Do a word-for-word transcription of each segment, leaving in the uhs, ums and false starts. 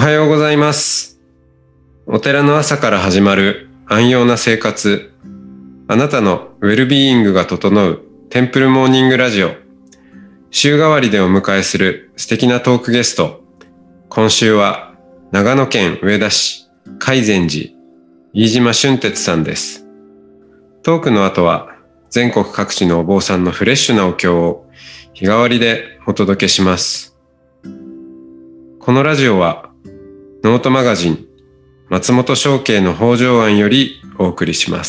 はようございます。お寺の朝から始まる安養な生活、あなたのウェルビーイングが整うテンプルモーニングラジオ。週替わりでお迎えする素敵なトークゲスト。今週は長野県上田市海禅寺飯島俊哲さんです。トークの後は全国各地のお坊さんのフレッシュなお経を日替わりでお届けします。このラジオはノートマガジン松本商家の北条庵よりお送りします。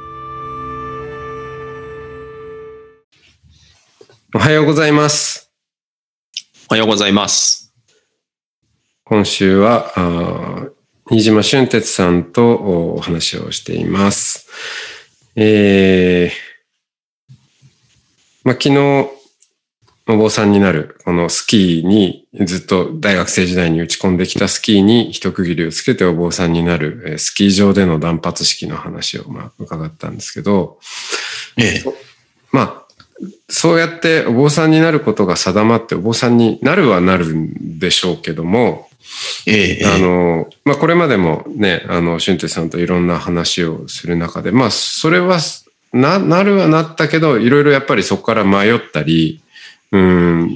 おはようございます。 おはようございます。 今週は飯島俊哲さんとお話をしています。えーまあ、昨日お坊さんになるこのスキーにずっと大学生時代に打ち込んできたスキーに一区切りをつけてお坊さんになるスキー場での断髪式の話をまあ伺ったんですけど、 ええ、 まあそうやってお坊さんになることが定まってお坊さんになるはなるんでしょうけども、 ええ、 あのまあこれまでもねあの俊哲さんといろんな話をする中でまあそれはななるはなったけどいろいろやっぱりそこから迷ったり。うん、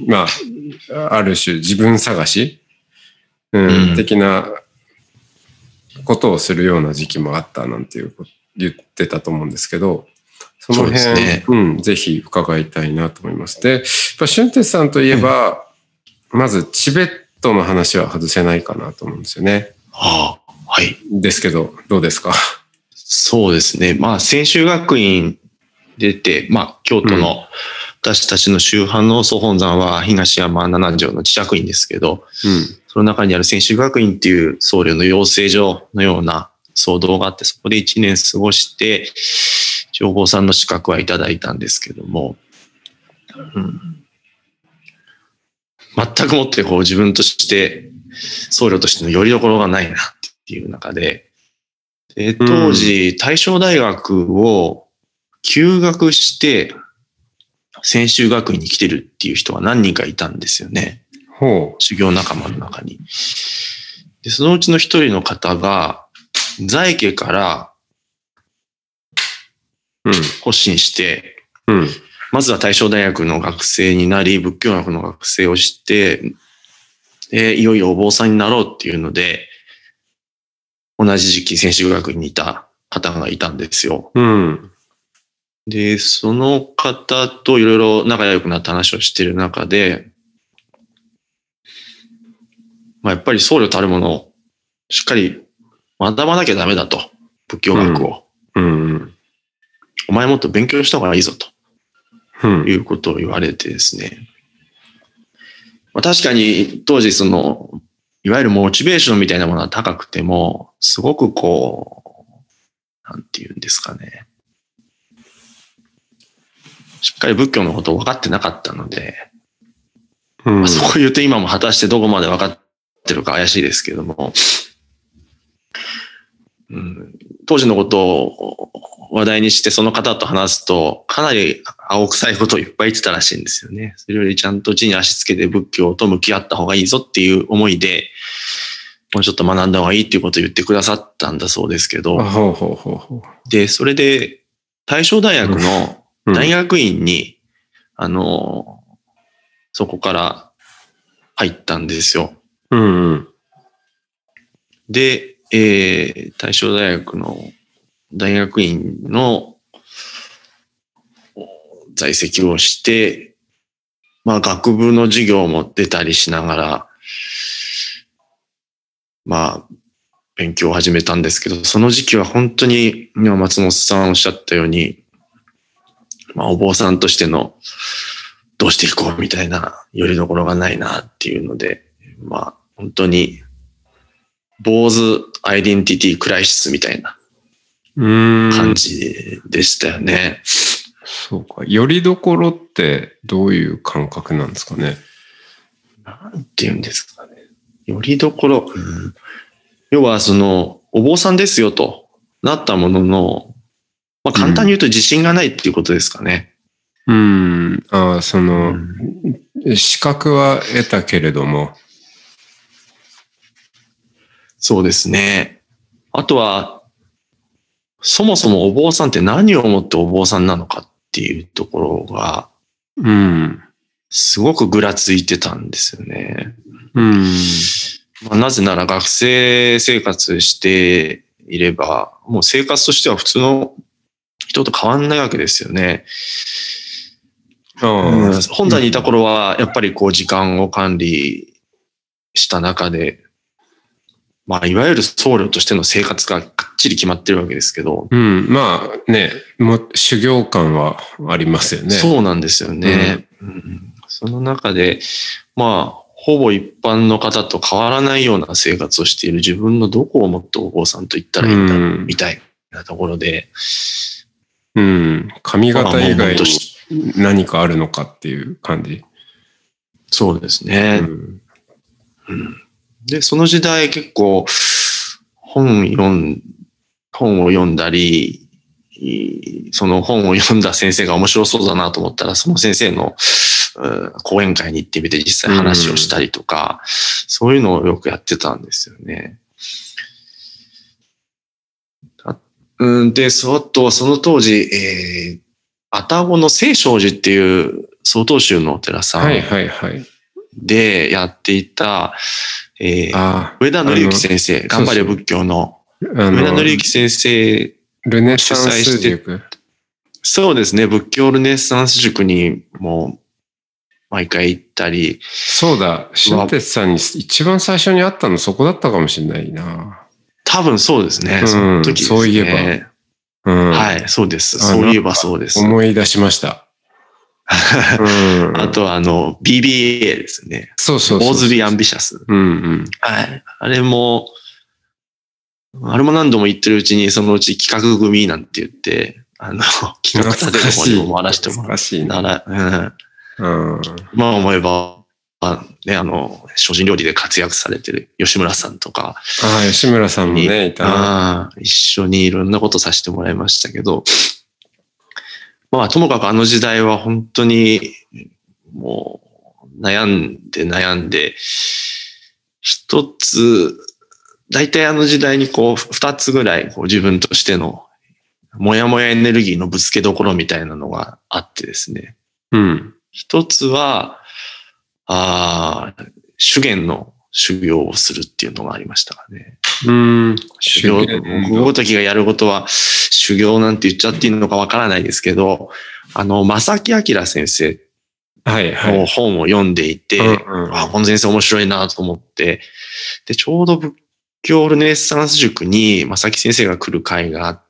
まあ、ある種自分探し、うんうん、的なことをするような時期もあったなんていう言ってたと思うんですけど、その辺、ね、うん、ぜひ伺いたいなと思います。で、やっぱ俊哲さんといえば、うん、まずチベットの話は外せないかなと思うんですよね。 はあ、はい。 ですけど、どうですか？ そうですね。まあ、専修学院出て、まあ、京都の、うん私たちの宗派の総本山は東山七条の智釈院ですけど、うん、その中にある専修学院っていう僧侶の養成所のような僧堂があって、そこでいちねん過ごして、お坊さんの資格はいただいたんですけども、うん、全くもってこう自分として僧侶としての拠り所がないなっていう中で、で当時大正大学を休学して、専修学院に来てるっていう人が何人かいたんですよね。 ほう。 修行仲間の中に。で、そのうちの一人の方が、在家から発信して、 うんうん、 まずは大正大学の学生になり、仏教学の学生をして、で、いよいよお坊さんになろうっていうので、同じ時期専修学院にいた方がいたんですよ。 うんで、その方といろいろ仲良くなった話をしている中で、まあ、やっぱり僧侶たるものをしっかり学ばなきゃダメだと。仏教学を。 うんうん、 お前もっと勉強した方がいいぞと。 うん、 いうことを言われてですね。まあ、確かに当時その、いわゆるモチベーションみたいなものは高くても、すごくこう、なんていうんですかね。しっかり仏教のことを分かってなかったので、 うんまあ、そう言うと今も果たしてどこまで分かってるか怪しいですけども、うん、当時のことを話題にしてその方と話すと、かなり青臭いことをいっぱい言ってたらしいんですよね。それよりちゃんと地に足つけて仏教と向き合った方がいいぞっていう思いで、もうちょっと学んだ方がいいっていうことを言ってくださったんだそうですけど、 ほうほうほうほうで、それで大正大学の大学院に、うん、あの、そこから入ったんですよ。 うんうん、 で、えー、大正大学の大学院の在籍をして、まあ学部の授業も出たりしながら、まあ勉強を始めたんですけど、その時期は本当に今松本さんおっしゃったように、まあ、お坊さんとしてのどうしていこうみたいな拠り所がないなっていうので、まあ本当に坊主アイデンティティクライシスみたいな感じでしたよね。 そうか。拠り所ってどういう感覚なんですかね。 なんていうんですかね。拠り所、うん、要はそのお坊さんですよとなったものの、まあ、簡単に言うと自信がないっていうことですかね。 うん、うん、ああ、その、うん、資格は得たけれども、 そうですね。あとは、そもそもお坊さんって何をもってお坊さんなのかっていうところが、 うん。 すごくぐらついてたんですよね。 うん。 まあ、なぜなら学生生活していれば、もう生活としては普通の人と変わんないわけですよね。うん、本山にいた頃は、やっぱりこう時間を管理した中で、まあ、いわゆる僧侶としての生活がかっちり決まってるわけですけど。 うん、まあね、もう修行感はありますよね。 そうなんですよね。うんうん、その中で、まあ、ほぼ一般の方と変わらないような生活をしている自分のどこをもってお坊さんと言ったらいいんだろう、みたいなところで。 うん。髪型以外に何かあるのかっていう感じ。 そうですね。うんうん、で、その時代結構本読ん、本を読んだり、その本を読んだ先生が面白そうだなと思ったら、その先生の講演会に行ってみて実際話をしたりとか、うん、そういうのをよくやってたんですよね。うん、で、そと、その当時、えー、愛宕の聖勝寺っていう曹洞宗のお寺さんはいはいはい。 でやっていた、えー、上田紀之先生、頑張れ仏教の上田紀之先生ルネサンス塾。 そうですね、仏教ルネサンス塾にも毎回行ったり。 そうだ、新鉄さんに一番最初に会ったのそこだったかもしれないな。 多分そうですね。 うん、 その時ですね。 そういえば。うん、はい、そうです。そういえばそうです。 思い出しました。 うん、あとはあの ビービーエー ですね。 そうそうそう。 オーズビーアンビシャス。 うんうん。 はい。あれも、あれも何度も言ってるうちにそのうち企画組なんて言って、あの、企画立てる方にも回らせてもらう。 懐かしいな。 うん。うん。まあ思えば、あね、あの、精進料理で活躍されてる吉村さんとか。 ああ、吉村さんもね、いたな。一緒にいろんなことさせてもらいましたけど、まあともかくあの時代は本当にもう悩んで悩んで、一つ、大体あの時代にこう二つぐらいこう自分としてのもやもやエネルギーのぶつけどころみたいなのがあってですね。 うん。一つは、ああ、修験の修行をするっていうのがありましたかね。 うん。 修行、僕ごときがやることは修行なんて言っちゃっていいのかわからないですけど、あの、正木明先生の本を読んでいて、はいはいうんうん、あ、この先生面白いなと思って、で、ちょうど仏教ルネサンス塾に正木先生が来る会があって、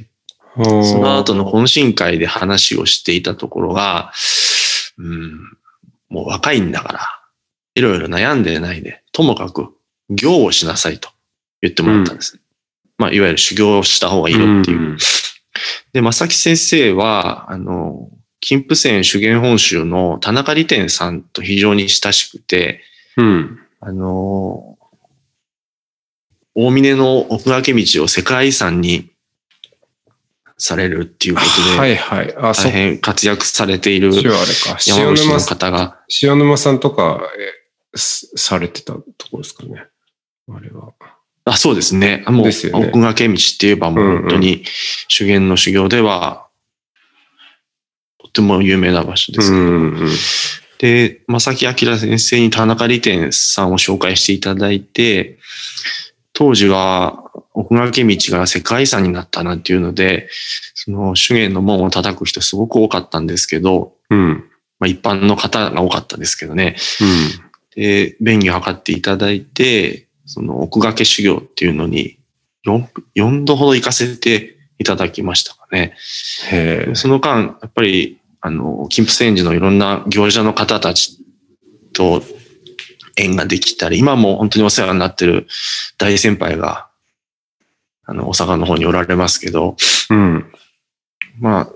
その後の懇親会で話をしていたところが、うん、もう若いんだから、いろいろ悩んでないで、ともかく行をしなさいと言ってもらったんですね。うん、まあ、いわゆる修行をした方がいいよっていう。うん、で、正木先生は、あの、金峰山修験本宗の田中利天さんと非常に親しくて、 うん、 あの、大峰の奥掛道を世界遺産にされるっていうことで、 はいはい。あ、 大変活躍されている山口の方が。 塩沼さんとかされてたところですかね。あれは。 あ、そうですね。もう、ね、奥掛道って言えばもう本当に修験の修行では、とても有名な場所ですけど。 うんうん、 で、正木明先生に田中利天さんを紹介していただいて、当時は奥掛道が世界遺産になったなんていうので、その修験の門を叩く人すごく多かったんですけど、 うんまあ、一般の方が多かったですけどね。 うん、 で、便宜を図っていただいて、その奥掛修行っていうのによん、よんどほど行かせていただきましたかね。 へその間、やっぱり、あの、金峰山寺のいろんな行者の方たちと縁ができたり、今も本当にお世話になってる大先輩が、あの、大阪の方におられますけど、 うん、 ま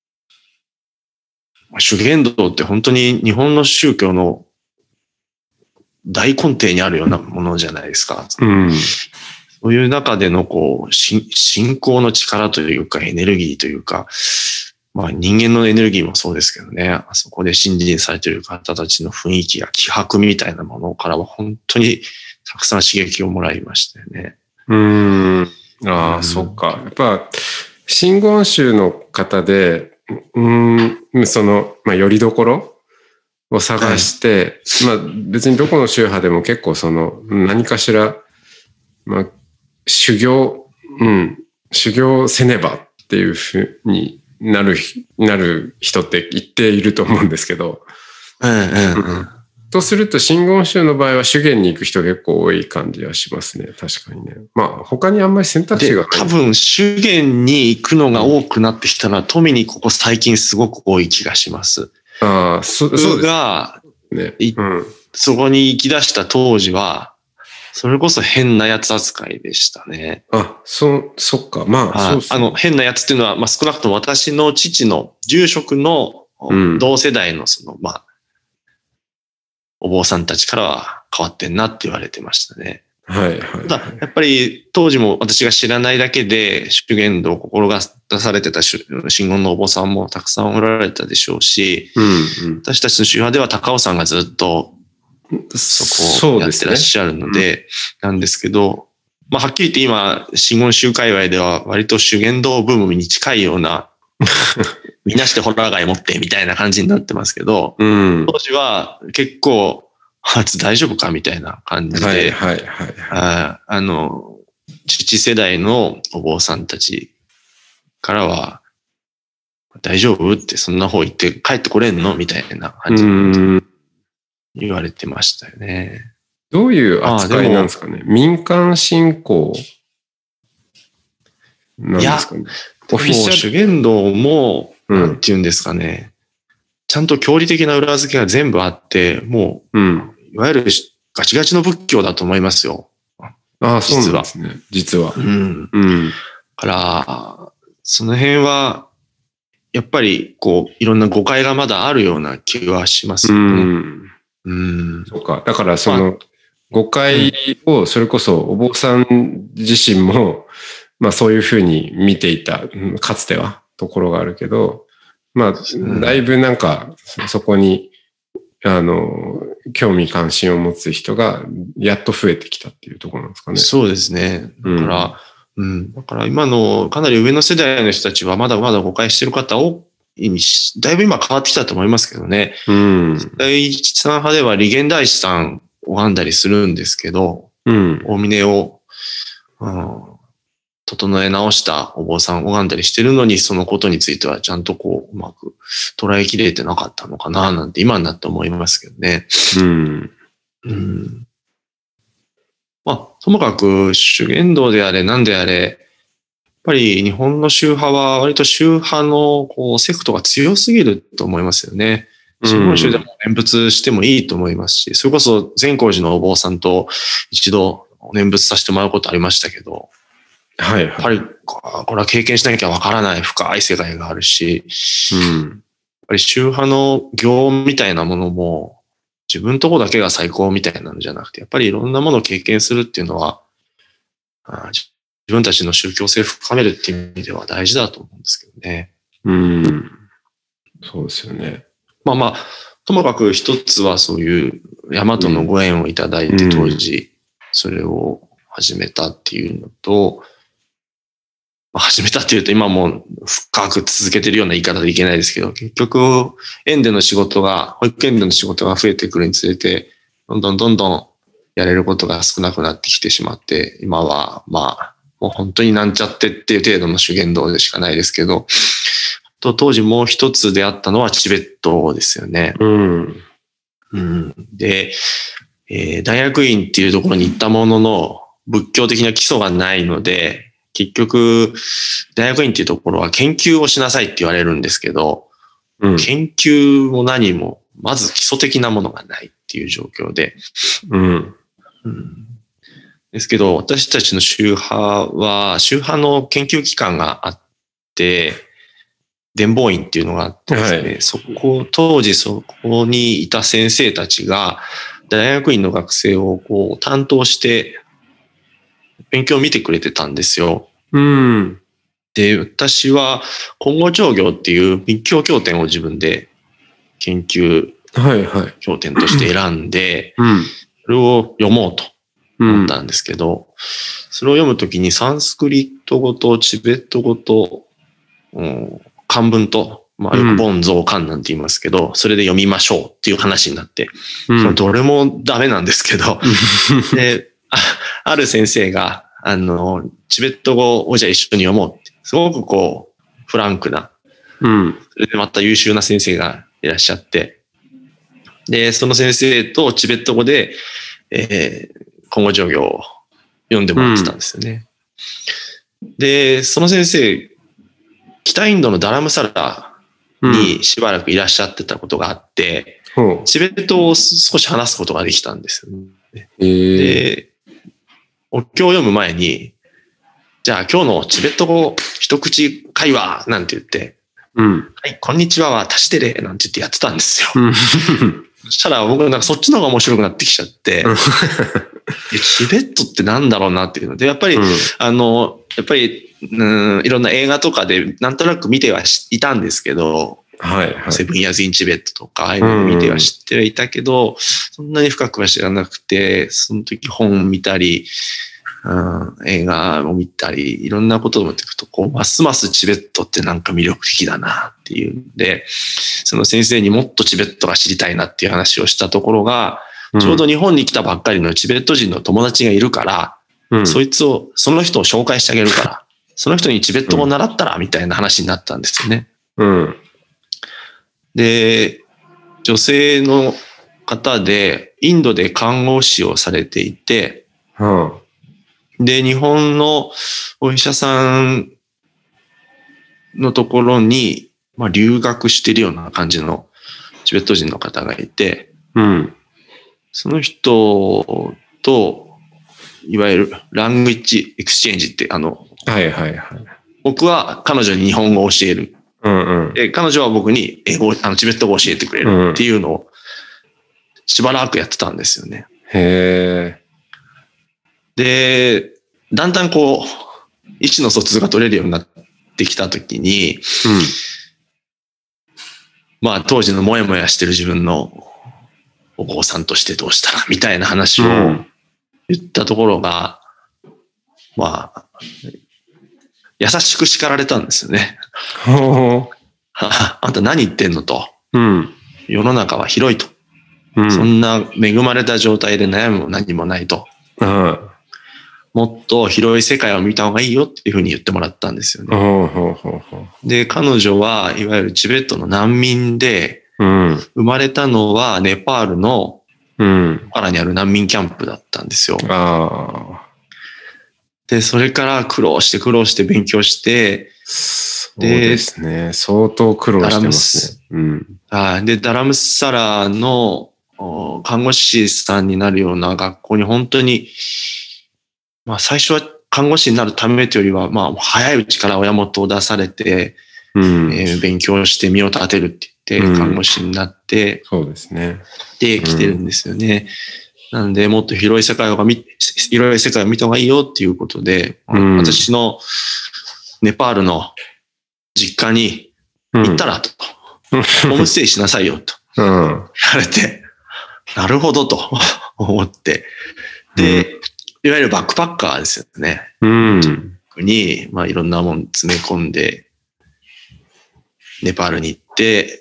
あ、修験道って本当に日本の宗教の大根底にあるようなものじゃないですか。 うん、 そういう中でのこう、信仰の力というかエネルギーというか、まあ人間のエネルギーもそうですけどね、あそこで信心されている方たちの雰囲気や気迫みたいなものからは本当にたくさん刺激をもらいましたよね。 うーん。ああ、うん、そっか。やっぱ、真言宗の方で、うーん、その、まあ、よりどころを探して、はい、まあ、別にどこの宗派でも結構その、何かしら、まあ、修行、うん、修行せねばっていうふうになる、なる人って言っていると思うんですけど、 うんうんうん。 とすると、真言宗の場合は修験に行く人結構多い感じはしますね。確かにね。まあ、他にあんまり選択肢がない。 多分、修験に行くのが多くなってきたのは、富にここ最近すごく多い気がします。 ああ、そ、そうが、 ね、 うん。そこに行き出した当時は、それこそ変なやつ扱いでしたね。 あ、そ、そっか。まあ、 あ、 そうそう。 あの、変なやつっていうのは、まあ、少なくとも私の父の住職の同世代のその、うん、まあ、お坊さんたちからは変わってんなって言われてましたね。 はいはい、はい。 ただ、やっぱり当時も私が知らないだけで、修験道を心が出されてた真言のお坊さんもたくさんおられたでしょうし、 うんうん、 私たちの宗派では高尾さんがずっとそこをやってらっしゃるので、なんですけど、まあはっきり言って今、真言宗界隈では割と修験道ブームに近いような、みんなしてホラー街持ってみたいな感じになってますけど、 うん、 当時は結構、あいつ大丈夫かみたいな感じで、 はいはいはい、はい、 あ, あの、父世代のお坊さんたちからは、大丈夫ってそんな方行って帰ってこれんのみたいな感じで言われてましたよね。 どういう扱いなんですかね。民間信仰なんですかね。 オフィシャル修験道も、なんて言うんですかね。うん、ちゃんと教理的な裏付けが全部あって、もう、うん、いわゆるガチガチの仏教だと思いますよ。 ああ、そうなんですね。実は。 うん。うん。だから、その辺は、やっぱり、こう、いろんな誤解がまだあるような気はしますよね。うん。うん。 そうか。だから、その、誤解を、それこそ、お坊さん自身も、まあ、そういうふうに見ていた、かつては、ところがあるけど、まあ、だいぶなんか、そこに、あの、興味関心を持つ人が、やっと増えてきたっていうところなんですかね。 そうですね。だから、うん、うん。だから今の、かなり上の世代の人たちは、まだまだ誤解してる方多いに、だいぶ今変わってきたと思いますけどね。 うん。 第一さん派では、利元大師さんを拝んだりするんですけど、 うん。 大峰を、うん整え直したお坊さんを拝んだりしてるのに、そのことについてはちゃんとこう、うまく捉えきれてなかったのかな、なんて今になって思いますけどね。 うん。 うん。まあ、ともかく修験道であれ何であれ、やっぱり日本の宗派は割と宗派のこうセクトが強すぎると思いますよね。真言宗でも念仏してもいいと思いますし、それこそ善光寺のお坊さんと一度念仏させてもらうことありましたけど、 はいはい。 やっぱり、これは経験しなきゃわからない深い世界があるし、 うん、 やっぱり宗派の行みたいなものも、自分とこだけが最高みたいなのじゃなくて、やっぱりいろんなものを経験するっていうのは、あ自分たちの宗教性を深めるっていう意味では大事だと思うんですけどね。 うん。そうですよね。 まあまあ、ともかく一つはそういう大和のご縁をいただいて当時、それを始めたっていうのと、始めたっていうと今も深く続けてるような言い方でいけないですけど、結局、園での仕事が、保育園での仕事が増えてくるにつれて、どんどんどんどんやれることが少なくなってきてしまって、今は、まあ、もう本当になんちゃってっていう程度の修験道でしかないですけど、と当時もう一つ出会ったのはチベットですよね。 うん。 うん、で、えー、大学院っていうところに行ったものの、仏教的な基礎がないので、結局、大学院っていうところは研究をしなさいって言われるんですけど、うん、研究も何も、まず基礎的なものがないっていう状況で。 うんうん、ですけど、私たちの宗派は、宗派の研究機関があって、伝法院っていうのがあってですね、はい、そこ、当時そこにいた先生たちが、大学院の学生をこう担当して、勉強を見てくれてたんですよ。 うん。 で、私は金剛長行っていう密教経典を自分で研究経典として選んで、 うん、 それを読もうと。 思ったんですけど、うん、それを読むときにサンスクリット語とチベット語と、うん、漢文と、まあ、よく凡増漢なんて言いますけど、うん、それで読みましょうっていう話になって、うん、そのどれもダメなんですけど、で、あ、ある先生が、あの、チベット語をじゃあ一緒に読もうって、すごくこう、フランクな、うん、それでまた優秀な先生がいらっしゃって、で、その先生とチベット語で、えー、今後授業を読んでもらってたんですよね。うん、で、その先生、北インドのダラムサラにしばらくいらっしゃってたことがあって、うん、チベットを少し話すことができたんですよね。で、お経を読む前に、じゃあ今日のチベット語一口会話なんて言って、うん、はい、こんにちはは足してれなんて言ってやってたんですよ。うんそしたら僕なんかそっちの方が面白くなってきちゃって、チベットってなんだろうなっていうので、やっぱり、うん、あの、やっぱり、うん、いろんな映画とかでなんとなく見てはいたんですけど、はいはい、セブンイヤーズ・イン・チベットとか、ああいうの見ては知ってはいたけど、うん、そんなに深くは知らなくて、その時本見たり、うん、映画を見たり、いろんなことを見ていくと、こう、ますますチベットってなんか魅力的だなっていうんで、その先生にもっとチベットが知りたいなっていう話をしたところが、うん、ちょうど日本に来たばっかりのチベット人の友達がいるから、うん、そいつを、その人を紹介してあげるから、その人にチベット語を習ったら、みたいな話になったんですよね。うん、で、女性の方で、インドで看護師をされていて、うんで、日本のお医者さんのところに、まあ、留学してるような感じのチベット人の方がいて、うん、その人と、いわゆるラングイッジエクスチェンジって、あの、はいはいはい、僕は彼女に日本語を教える。うんうん、で彼女は僕に英語、あのチベット語を教えてくれるっていうのをしばらくやってたんですよね。へー。で、だんだんこう、意思の疎通が取れるようになってきたときに、うん、まあ当時のモヤモヤしてる自分のお坊さんとしてどうしたらみたいな話を言ったところが、うん、まあ、優しく叱られたんですよね。あんた何言ってんのと、うん、世の中は広いと、うん、そんな恵まれた状態で悩むも何もないと。うんもっと広い世界を見た方がいいよっていうふうに言ってもらったんですよね。で、彼女はいわゆるチベットの難民で、うん、生まれたのはネパールのパラにある難民キャンプだったんですよ。あで、それから苦労して苦労して勉強して、 そうですね。相当苦労してますね。うん、 で、ダラムサラの看護師さんになるような学校に本当にまあ最初は看護師になるためというよりは、まあ早いうちから親元を出されて、うんえー、勉強して身を立てるって言って看護師になって、 うん、そうですね。 で来てるんですよね。うん、なのでもっと広い世界を見、広い世界を見た方がいいよっていうことで、うん、私のネパールの実家に行ったらと、うん、ホームステイしなさいよと言われて、なるほどと思って、で、うんいわゆるバックパッカーですよね。うん。に、まあいろんなもん詰め込んで、ネパールに行って、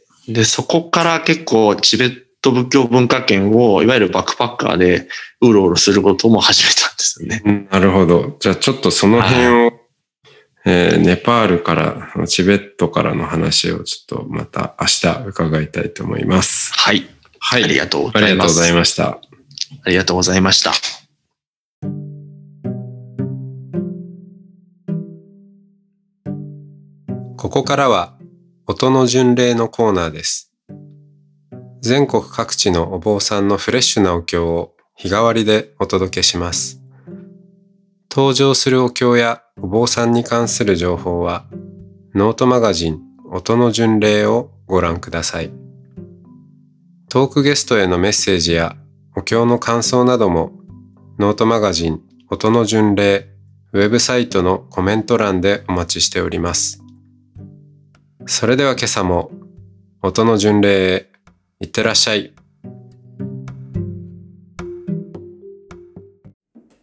で、そこから結構チベット仏教文化圏を、いわゆるバックパッカーでうろうろすることも始めたんですよね。 うん、なるほど。じゃあちょっとその辺を、えー、ネパールから、チベットからの話をちょっとまた明日伺いたいと思います。 はい。はい。ありがとうございます。 ありがとうございました。 ありがとうございました。 ここからは音の巡礼のコーナーです。全国各地のお坊さんのフレッシュなお経を日替わりでお届けします。登場するお経やお坊さんに関する情報はノートマガジン音の巡礼をご覧ください。トークゲストへのメッセージやお経の感想などもノートマガジン音の巡礼ウェブサイトのコメント欄でお待ちしております。それでは今朝も音の巡礼へ行ってらっしゃい。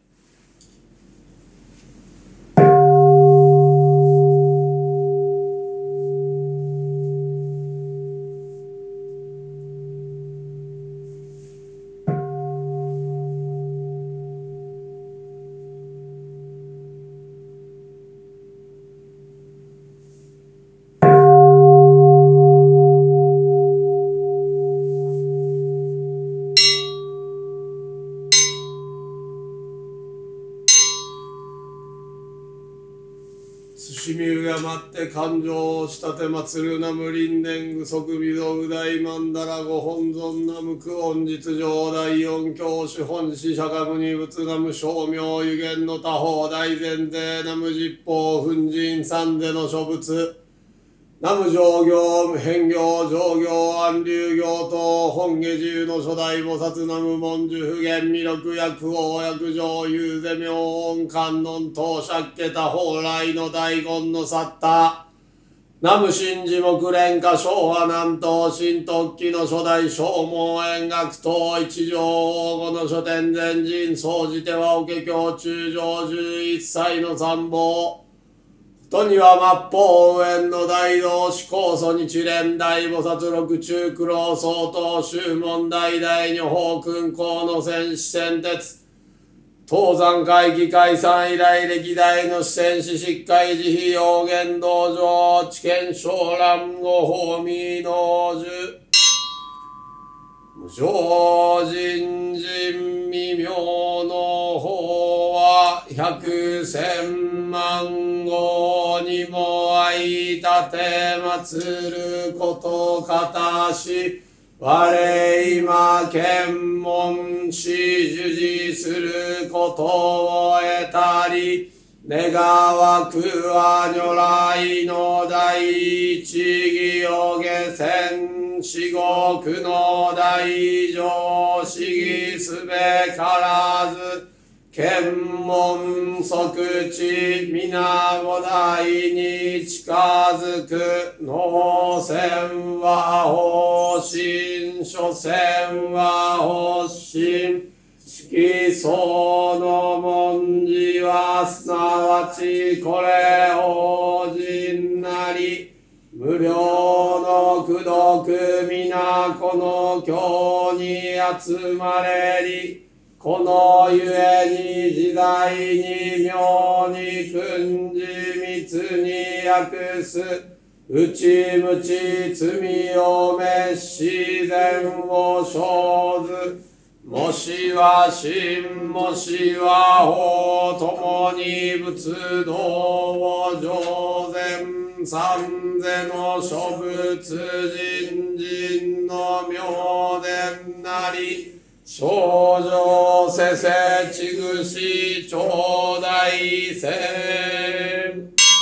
み敬って感情をしたて祭るな無輪年具足微動具大曼荼羅ご本尊な無苦音実上第四教主本師釈迦無二仏な無称名有限の他方大前提な無実法粉塵三世の諸仏ナム上行無変行上行安流行等本下自の初代菩薩ナム文殊普賢弥勒薬王薬上遊世明音観音等釈家他蓬莱の大言のサッタナム真珠木蓮華昭和南東新特記の初代正門円学等一条王語の書店前人総じてはおけ教中上十一歳の参謀とには末法右縁の大道士高祖日蓮大菩薩六中九郎相当宗門大大女法君公の戦士戦鉄東山会議解散以来歴代の戦士執会慈悲用言道場知見昇蘭語法味能樹無常人人未明の法は百千万号にも相立て祀ることかたし我今検問し従事することを得たり願わくは如来の第一義を下船至極の大乗思議すべからず検問即地皆五大に近づく能戦は方針所詮は方針色相の文字はすなわちこれ法人なり無料の功徳皆この経に集まれりこのゆえに自在に妙に訓示密に訳す内無知罪を滅し善を生ずもしは真もしは法ともに仏道を上善三世の諸仏人人の妙伝なり少女せせちぐし頂戴せ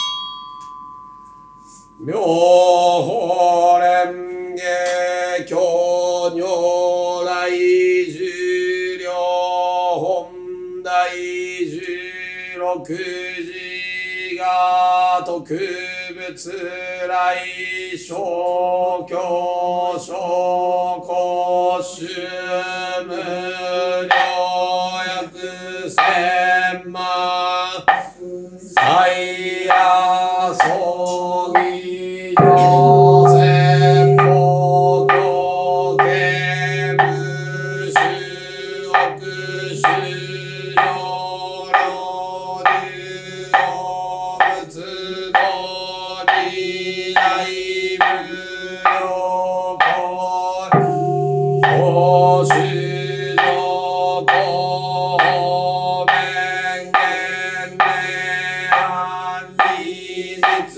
妙法蓮華経如来十両本大十六字が特別来小教小公衆無料約千万最夜葬儀上千法教刑部修奥修上領流動仏道二大無料法法修上公弁言明安理実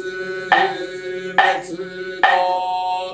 滅道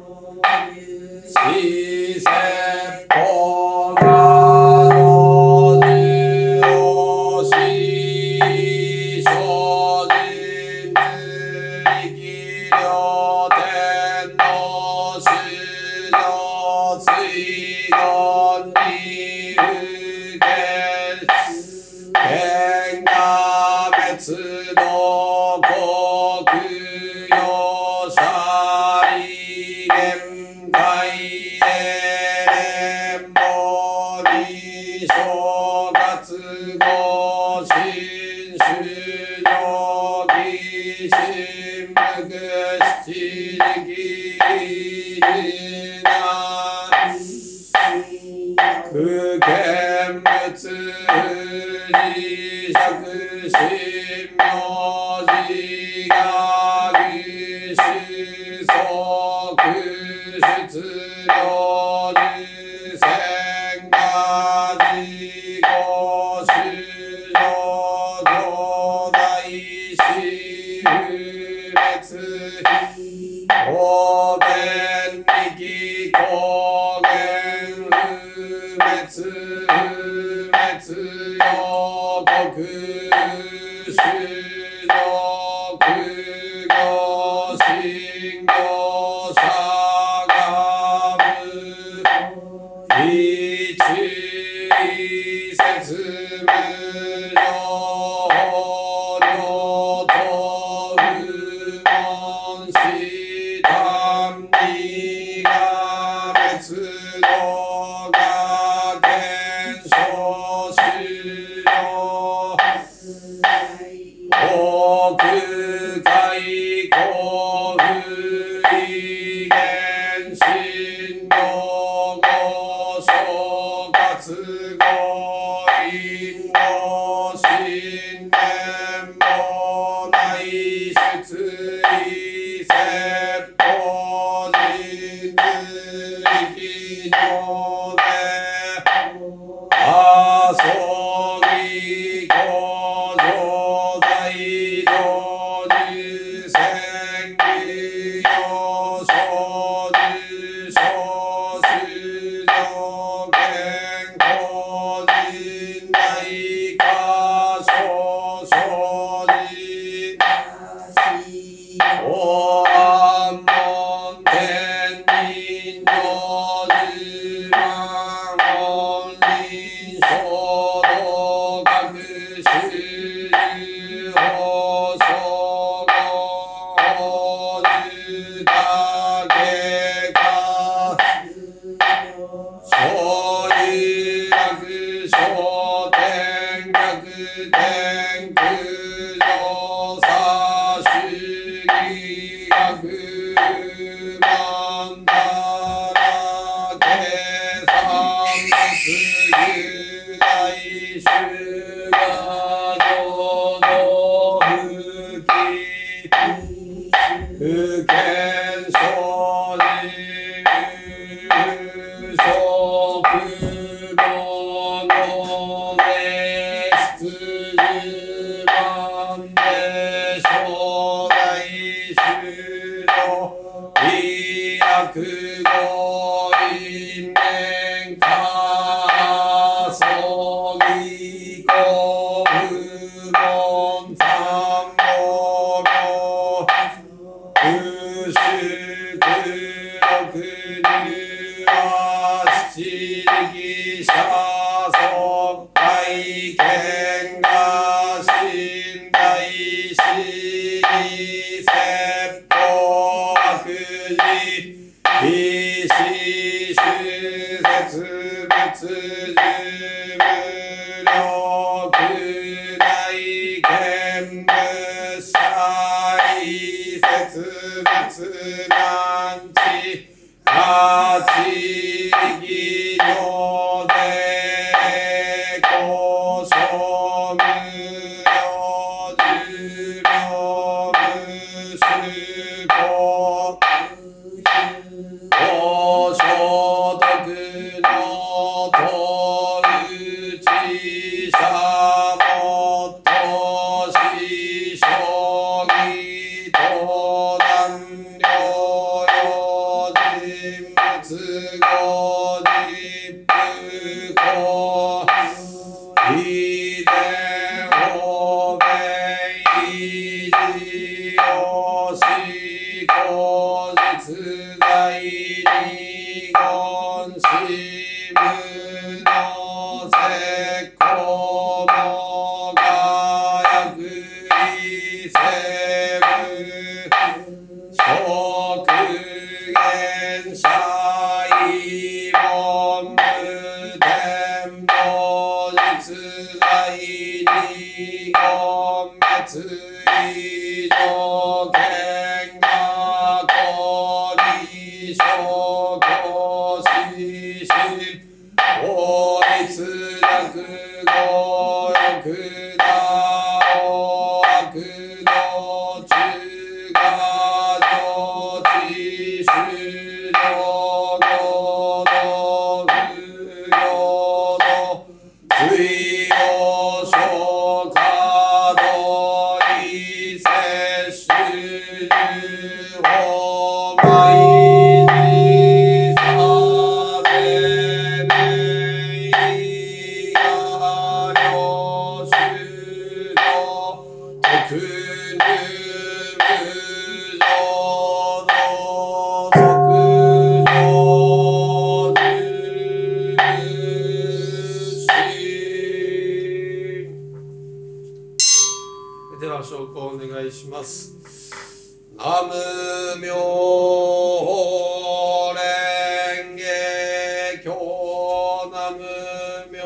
四説法が道十をし精進無力両天の主上水言に不見天下滅道国用者利限界へ連邦に正月後新種上義神無七時期な不見仏自釈神明寺が義主即出領十千が自己主上上大師一節無常のと不問し単にが滅度が現象終了奥海幸不意現心のご総括語因語信念もない出意説法人力量で遊び工場材料受選技要素受賞修上健康人内科少々人公安門天人上十万本人衝動学習法総合十だけか小有楽小天逆天空上差主義学曼荼羅計算末有大衆が浄土不起不見所理無所不能の名質十万で将来終了医薬語因縁化葬儀公不問三宝病空宿六入は七力者即会見が信大師に説法悪事非死修説仏十無量空内見無祭説仏難知八力量で高所無量十秒無数法高所得のとうち者もとし将棋と難量用人物語実不公以前方便維持をし口実在に言し無の説法もが薬意成分食言者異門無天道実在に言滅以上見が公理諸教師心法律略語欲だお悪の中が上智修上行の不行の水曜小可動意摂取十法毎日さべめいが領主します。ナムミョーレンゲキョナムミョ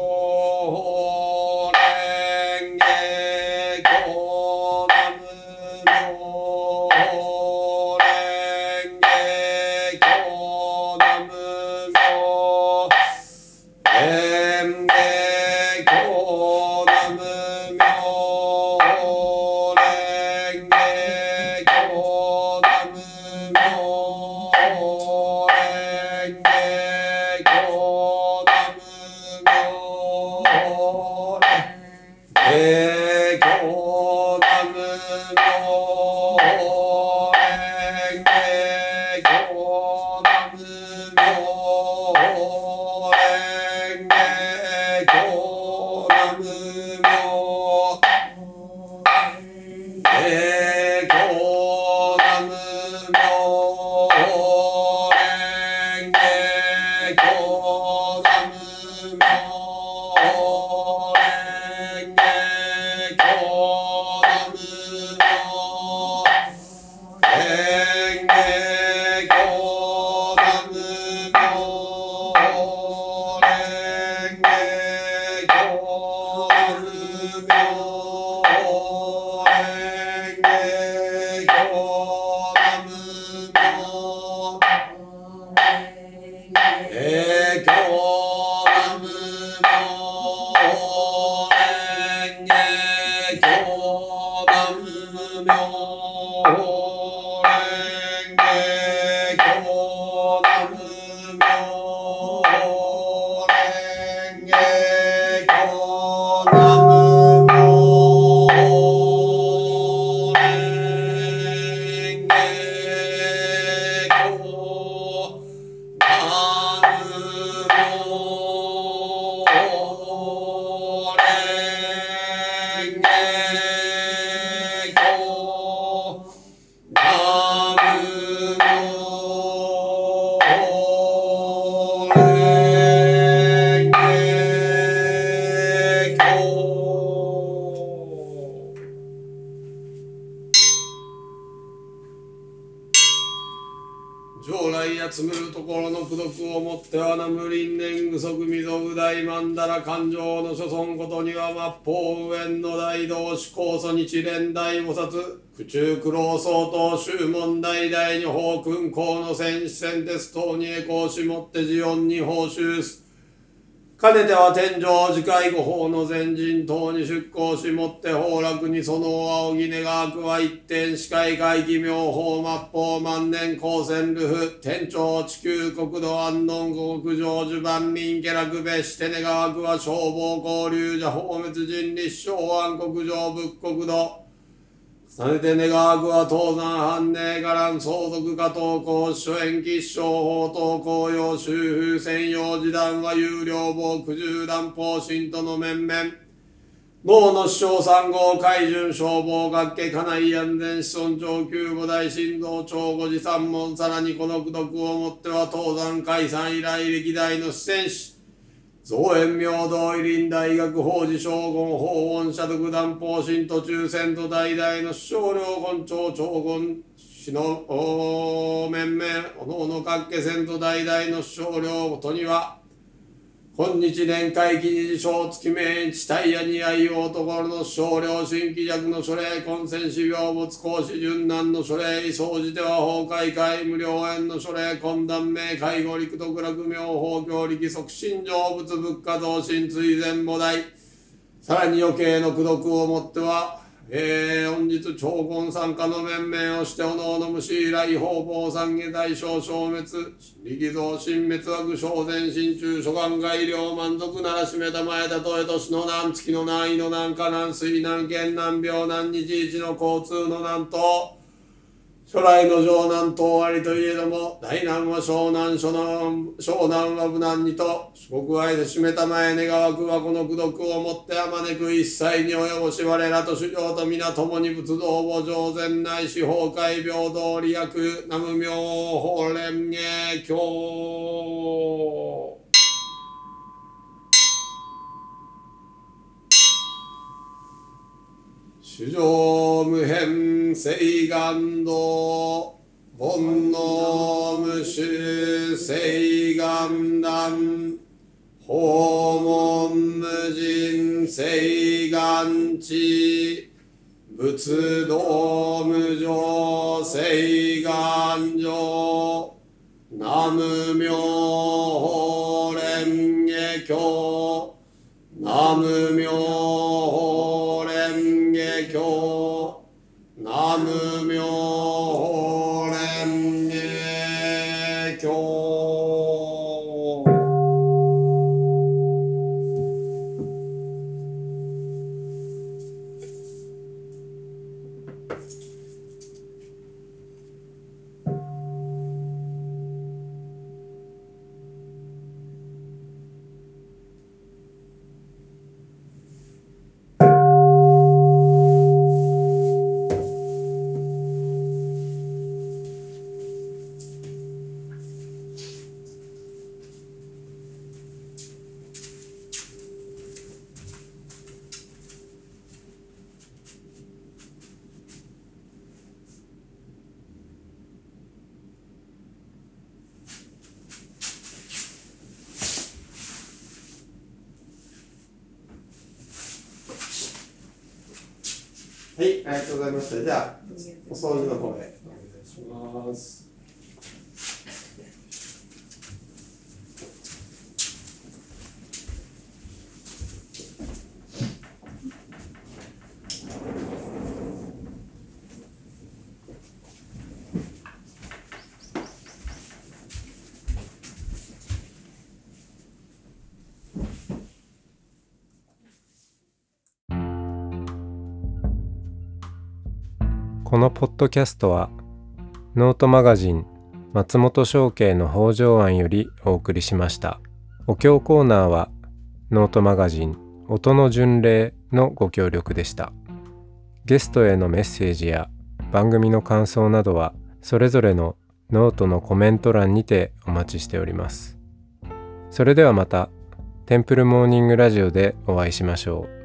ーレンゲキョナムミョーレンゲキョナムミョーレンゲキョナムミョーレンゲキョナムミョーレンゲキョナムミョーレンゲキョナムミョーレンゲキョナムミョーレンゲキョナムミョーえきょうナムミョーレンゲきょうナムミョーレンゲきょうナムミョーレンゲきょうナムミョーレンゲきょうナムミョーレンゲキョナムミョえきょナムミョレンゲキョナムミョレンゲキョナムミョレンゲキョナムミョレンゲキョナムミョレンゲキョナムミョレンゲキョ将来やつむるところの功徳をもってはな無輪年具足未曾有大曼荼羅勘定の諸尊ことには末法無縁の大道志高祖日蓮大菩薩苦中苦労相当宗門大大如法君公の戦士戦鉄等に栄光しもって祇園に報酬すかねては天上次回五法の前人等に出向しもって崩落にその仰ぎ願わくは一点司会会議妙法末法万年光線ルフ天長地球国土安穏五国成就万民下落別して願わくは消防交流者放滅人立正安国上仏国土されて願わくは東山藩寧伽藍相続家等公諸延吉祥法等公用修風専用時段は有料防苦渋断法信徒の面々脳の師匠三号海巡消防学家家内安全子孫長久五大神道長五寺三門さらにこの功徳をもっては東山海山以来歴代の四川師造園明道医林大学法事将軍法恩社徳断法神途中戦と代々の少量根長長言死の面々おのおの各家戦と代々の少量ごとには今日年会期二次小月命地帯やに愛用ところの少量新規弱の書類混戦死病没講師順難の書類総じては法会会無料園の書類懇談名介護陸徳楽妙法教力促進成仏物価増進追善母大さらに余計の功徳をもってはえー、本日長言参加の面々をしておのおの無視以来方々三下大小消滅力増神滅悪小前心中諸願外量満足ならしめた前だとえ年の難月の難易の難火難水難剣難病難日一の交通の難と初来の上難等ありといえども大難は小難小難小難は無難にと四国愛で締めたまえ願わくはこの功徳をもってあまねく一切に及ぼし我らと主上と皆共に仏道母上善内四法界平等利益南無妙法蓮華経主上道無変誓願道煩悩無臭誓願断訪問無尽誓願地仏道無常誓願上南無妙法蓮華経南無妙法蓮華経南無妙法蓮華経。はい、ありがとうございました。じゃあ、お掃除の方でお願いします。 このポッドキャストはノートマガジン松本商家の北条庵よりお送りしました。お経コーナーはノートマガジン音の巡礼のご協力でした。ゲストへのメッセージや番組の感想などはそれぞれのノートのコメント欄にてお待ちしております。それではまたテンプルモーニングラジオでお会いしましょう。